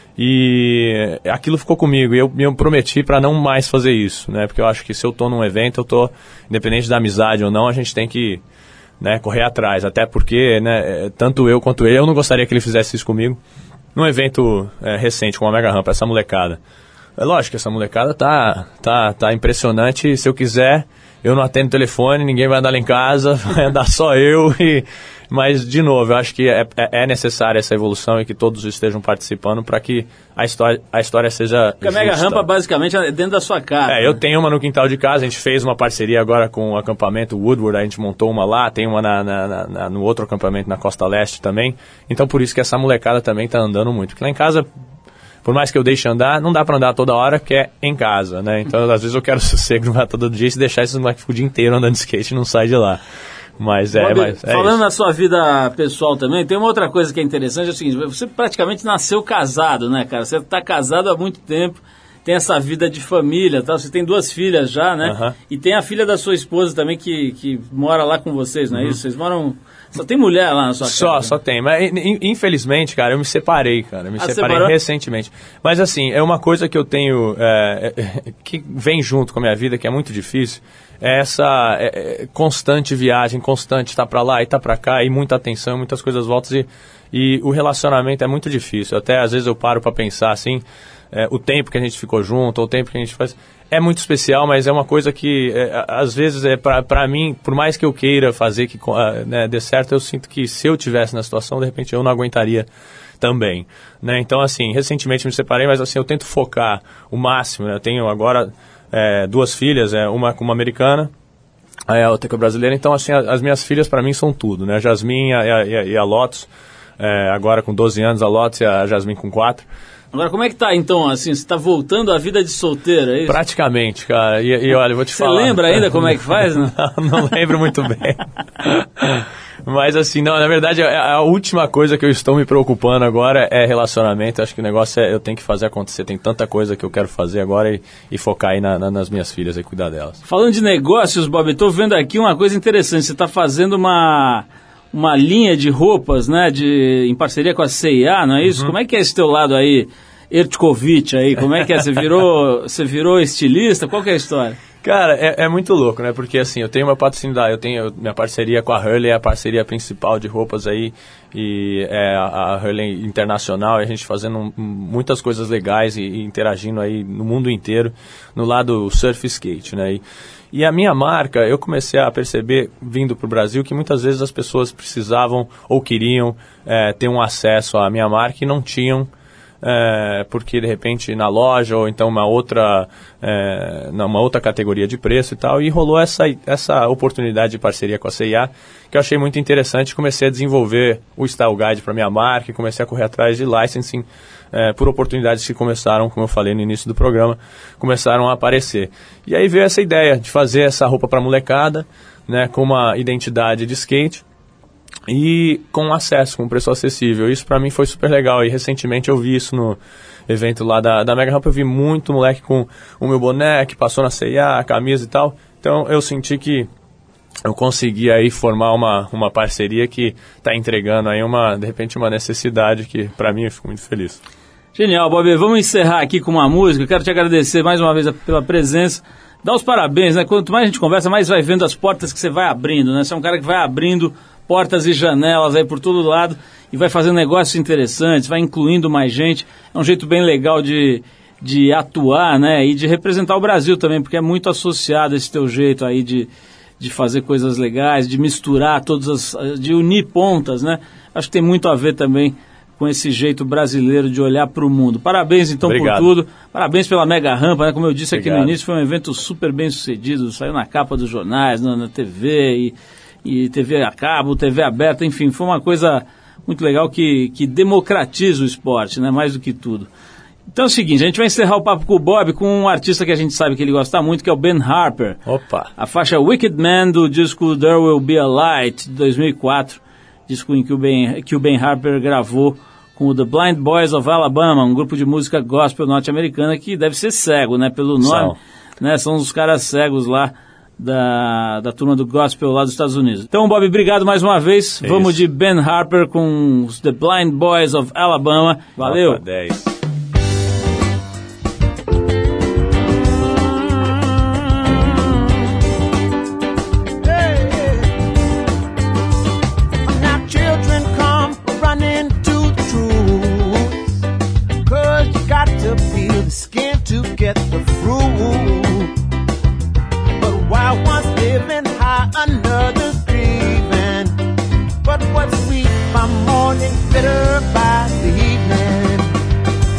E aquilo ficou comigo, e eu me prometi para não mais fazer isso, né? Porque eu acho que se eu tô num evento, eu tô, independente da amizade ou não, a gente tem que, né, correr atrás, até porque, né, tanto eu quanto ele, eu não gostaria que ele fizesse isso comigo, num evento é, recente, com a Mega Rampa, essa molecada. É lógico que essa molecada tá, tá, tá impressionante, se eu quiser, eu não atendo o telefone, ninguém vai andar lá em casa, vai andar só eu e... Mas, de novo, eu acho que é, é necessária essa evolução e que todos estejam participando para que a história, a história seja Porque justa. A Mega Rampa, basicamente, é dentro da sua casa. É, né? Eu tenho uma no quintal de casa, a gente fez uma parceria agora com o acampamento Woodward, a gente montou uma lá, tem uma na, na, na, no outro acampamento na Costa Leste também. Então, por isso que essa molecada também está andando muito. Porque lá em casa, por mais que eu deixe andar, não dá para andar toda hora, porque é em casa, né? Então, às vezes eu quero sossego, não todo dia, e se deixar esses moleques ficam o dia inteiro andando de skate e não sai de lá. Mas é, Bob, mas é falando isso. Na sua vida pessoal também, tem uma outra coisa que é interessante, é o seguinte, você praticamente nasceu casado, né, cara? Você está casado há muito tempo, tem essa vida de família, tá? Você tem duas filhas já, né? Uh-huh. E tem a filha da sua esposa também que, que mora lá com vocês, não é uh-huh. isso? Vocês moram... Só tem mulher lá na sua casa? Só, só tem. Mas infelizmente, cara, eu me separei, cara. Eu me ah, separei separou? recentemente. Mas assim, é uma coisa que eu tenho, é, é, que vem junto com a minha vida, que é muito difícil, é essa é, é, constante viagem, constante estar pra lá e tá pra cá, e muita atenção, muitas coisas voltas, e, e o relacionamento é muito difícil. Até às vezes eu paro pra pensar assim, é, o tempo que a gente ficou junto, o tempo que a gente faz... É muito especial, mas é uma coisa que, é, às vezes, é para mim, por mais que eu queira fazer que uh, né, dê certo, eu sinto que se eu tivesse na situação, de repente eu não aguentaria também, né? Então, assim, recentemente me separei, mas assim, eu tento focar o máximo, né? Eu tenho agora é, duas filhas, é, uma com uma americana, a outra com a brasileira, então, assim, a, as minhas filhas para mim são tudo, né? A Jasmine e a, e a, e a Lotus, é, agora com doze anos, a Lotus e a Jasmine com quatro. Agora, como é que tá, então, assim, você tá voltando à vida de solteiro, é isso? Praticamente, cara, e, e olha, eu vou te você falar... Você lembra ainda como é que faz, né? não, não lembro muito bem. Mas assim, não, na verdade, a, a última coisa que eu estou me preocupando agora é relacionamento. Acho que o negócio é, eu tenho que fazer acontecer. Tem tanta coisa que eu quero fazer agora e, e focar aí na, na, nas minhas filhas e cuidar delas. Falando de negócios, Bob, estou vendo aqui uma coisa interessante. Você está fazendo uma... uma linha de roupas, né, de, em parceria com a C e A, não é isso? Uhum. Como é que é esse teu lado aí, Ertkovic aí, como é que é? Você virou, você virou estilista? Qual que é a história? Cara, é, é muito louco, né, porque assim, eu tenho uma patrocínio, eu tenho minha parceria com a Hurley, é a parceria principal de roupas aí, e é a, a Hurley Internacional, e a gente fazendo um, muitas coisas legais e, e interagindo aí no mundo inteiro, no lado surf skate, né, e, E a minha marca, eu comecei a perceber, vindo para o Brasil, que muitas vezes as pessoas precisavam ou queriam é, ter um acesso à minha marca e não tinham, é, porque de repente na loja ou então uma outra, é, uma outra categoria de preço e tal, e rolou essa, essa oportunidade de parceria com a C e A, que eu achei muito interessante. Comecei a desenvolver o Style Guide para minha marca e comecei a correr atrás de licensing, É, por oportunidades que começaram, como eu falei no início do programa, começaram a aparecer. E aí veio essa ideia de fazer essa roupa para molecada, né, com uma identidade de skate e com acesso, com preço acessível. Isso para mim foi super legal, e recentemente eu vi isso no evento lá da, da Mega Ramp. Eu vi muito moleque com o meu boné, que passou na C e A, a camisa e tal. Então eu senti que eu consegui aí formar uma, uma parceria que está entregando aí uma, de repente, uma necessidade que, para mim, eu fico muito feliz. Genial, Bob. Vamos encerrar aqui com uma música. Eu quero te agradecer mais uma vez pela presença. Dar os parabéns, né? Quanto mais a gente conversa, mais vai vendo as portas que você vai abrindo, né? Você é um cara que vai abrindo portas e janelas aí por todo lado e vai fazendo negócios interessantes, vai incluindo mais gente. É um jeito bem legal de, de atuar, né? E de representar o Brasil também, porque é muito associado esse teu jeito aí de... de fazer coisas legais, de misturar todas as... de unir pontas, né? Acho que tem muito a ver também com esse jeito brasileiro de olhar para o mundo. Parabéns, então, Obrigado. por tudo. Parabéns pela Mega Rampa, né? Como eu disse Obrigado. aqui no início, foi um evento super bem sucedido, saiu na capa dos jornais, na, na T V, e, e T V a cabo, T V aberta, enfim, foi uma coisa muito legal que, que democratiza o esporte, né? Mais do que tudo. Então é o seguinte, a gente vai encerrar o papo com o Bob com um artista que a gente sabe que ele gosta muito, que é o Ben Harper. Opa! A faixa Wicked Man do disco There Will Be a Light, de dois mil e quatro, disco em que o Ben, que o Ben Harper gravou com o The Blind Boys of Alabama, um grupo de música gospel norte-americana que deve ser cego, né, pelo nome. São, né, são os caras cegos lá da, da turma do gospel lá dos Estados Unidos. Então, Bob, obrigado mais uma vez. É Vamos isso. de Ben Harper com os The Blind Boys of Alabama. Valeu! Opa, dez. Skin to get the fruit, but while one's living high, another's grieving. But what's sweet by morning, bitter by the evening.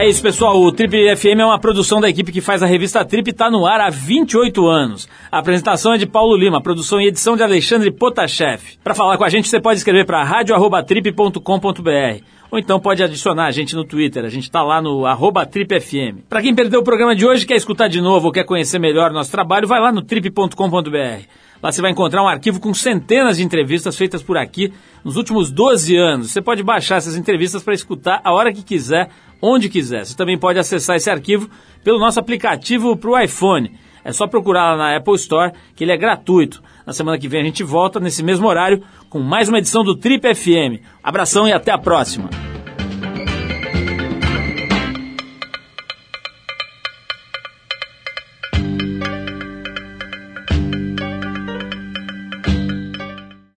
É isso, pessoal. O Trip F M é uma produção da equipe que faz a revista Trip e está no ar há vinte e oito anos. A apresentação é de Paulo Lima, produção e edição de Alexandre Potashev. Para falar com a gente, você pode escrever para rádio arroba trip ponto com ponto b r. Ou então pode adicionar a gente no Twitter, a gente está lá no arroba Trip F M. Para quem perdeu o programa de hoje, quer escutar de novo ou quer conhecer melhor o nosso trabalho, vai lá no trip ponto com ponto b r. Lá você vai encontrar um arquivo com centenas de entrevistas feitas por aqui nos últimos doze anos. Você pode baixar essas entrevistas para escutar a hora que quiser, onde quiser. Você também pode acessar esse arquivo pelo nosso aplicativo para o iPhone. É só procurar lá na Apple Store, que ele é gratuito. Na semana que vem a gente volta, nesse mesmo horário, com mais uma edição do Trip F M. Abração e até a próxima.